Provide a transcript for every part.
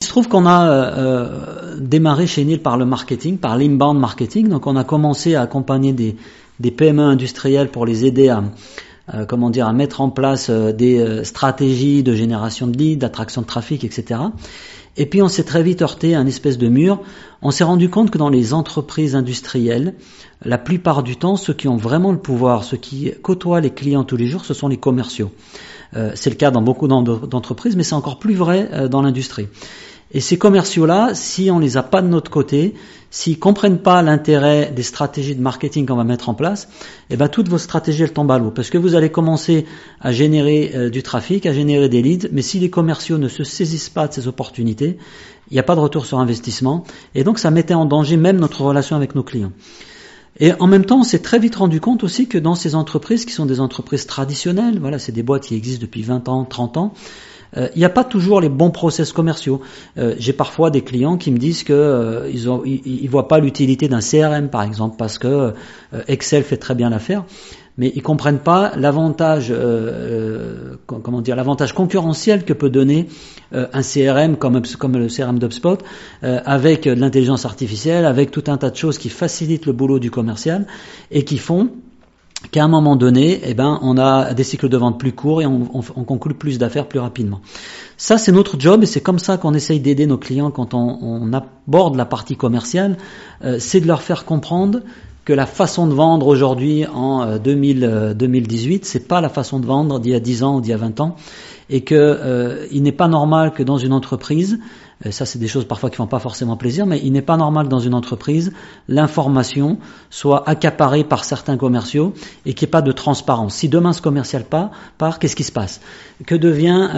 il se trouve qu'on a démarré chez Neil par le marketing, par l'inbound marketing. Donc on a commencé à accompagner des PME industrielles pour les aider à mettre en place des stratégies de génération de leads, d'attraction de trafic, etc. Et puis on s'est très vite heurté à une espèce de mur. On s'est rendu compte que dans les entreprises industrielles, la plupart du temps, ceux qui ont vraiment le pouvoir, ceux qui côtoient les clients tous les jours, ce sont les commerciaux. C'est le cas dans beaucoup d'entreprises, mais c'est encore plus vrai dans l'industrie. Et ces commerciaux-là, si on les a pas de notre côté, s'ils comprennent pas l'intérêt des stratégies de marketing qu'on va mettre en place, toutes vos stratégies elles tombent à l'eau, parce que vous allez commencer à générer du trafic, à générer des leads, mais si les commerciaux ne se saisissent pas de ces opportunités, il n'y a pas de retour sur investissement, et donc ça mettait en danger même notre relation avec nos clients. Et en même temps, on s'est très vite rendu compte aussi que dans ces entreprises qui sont des entreprises traditionnelles, voilà, c'est des boîtes qui existent depuis 20 ans, 30 ans, il n'y a pas toujours les bons process commerciaux. J'ai parfois des clients qui me disent que ils voient pas l'utilité d'un CRM par exemple parce que Excel fait très bien l'affaire, mais ils comprennent pas l'avantage l'avantage concurrentiel que peut donner un CRM comme le CRM d'HubSpot avec de l'intelligence artificielle, avec tout un tas de choses qui facilitent le boulot du commercial et qui font qu'à un moment donné, on a des cycles de vente plus courts et on conclut plus d'affaires plus rapidement. Ça, c'est notre job et c'est comme ça qu'on essaye d'aider nos clients quand on aborde la partie commerciale. C'est de leur faire comprendre que la façon de vendre aujourd'hui en 2018, c'est pas la façon de vendre d'il y a 10 ans ou d'il y a 20 ans et que il n'est pas normal que dans une entreprise, ça c'est des choses parfois qui font pas forcément plaisir, mais il n'est pas normal que dans une entreprise, l'information soit accaparée par certains commerciaux et qu'il n'y ait pas de transparence. Si demain ce commercial part, qu'est-ce qui se passe? Que devient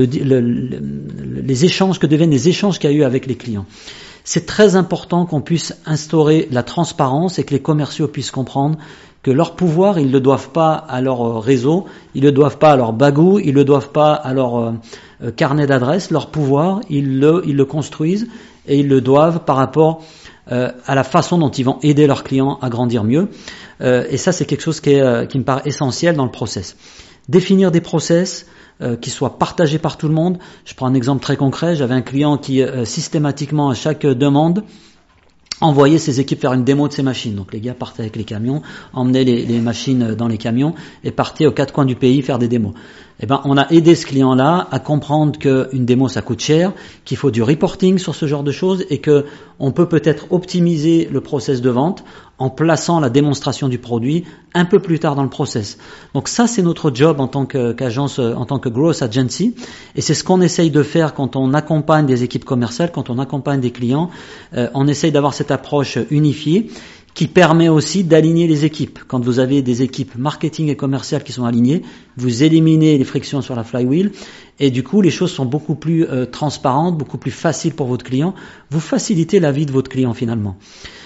les échanges qu'il y a eu avec les clients? C'est très important qu'on puisse instaurer la transparence et que les commerciaux puissent comprendre que leur pouvoir, ils ne le doivent pas à leur réseau, ils ne le doivent pas à leur bagou, ils ne le doivent pas à leur carnet d'adresses. Leur pouvoir, ils le construisent et ils le doivent par rapport à la façon dont ils vont aider leurs clients à grandir mieux. Et ça, c'est quelque chose qui me paraît essentiel dans le process. Définir des process qui soient partagés par tout le monde. Je prends un exemple très concret. J'avais un client qui systématiquement à chaque demande envoyer ses équipes faire une démo de ses machines. Donc les gars partaient avec les camions, emmenaient les machines dans les camions et partaient aux quatre coins du pays faire des démos. On a aidé ce client-là à comprendre qu'une démo ça coûte cher, qu'il faut du reporting sur ce genre de choses et que on peut peut-être optimiser le process de vente en plaçant la démonstration du produit un peu plus tard dans le process. Donc ça c'est notre job en tant qu'agence, en tant que growth agency, et c'est ce qu'on essaye de faire quand on accompagne des équipes commerciales, quand on accompagne des clients. On essaye d'avoir cette approche unifiée qui permet aussi d'aligner les équipes. Quand vous avez des équipes marketing et commerciales qui sont alignées, vous éliminez les frictions sur la flywheel et du coup les choses sont beaucoup plus transparentes, beaucoup plus faciles pour votre client. Vous facilitez la vie de votre client finalement.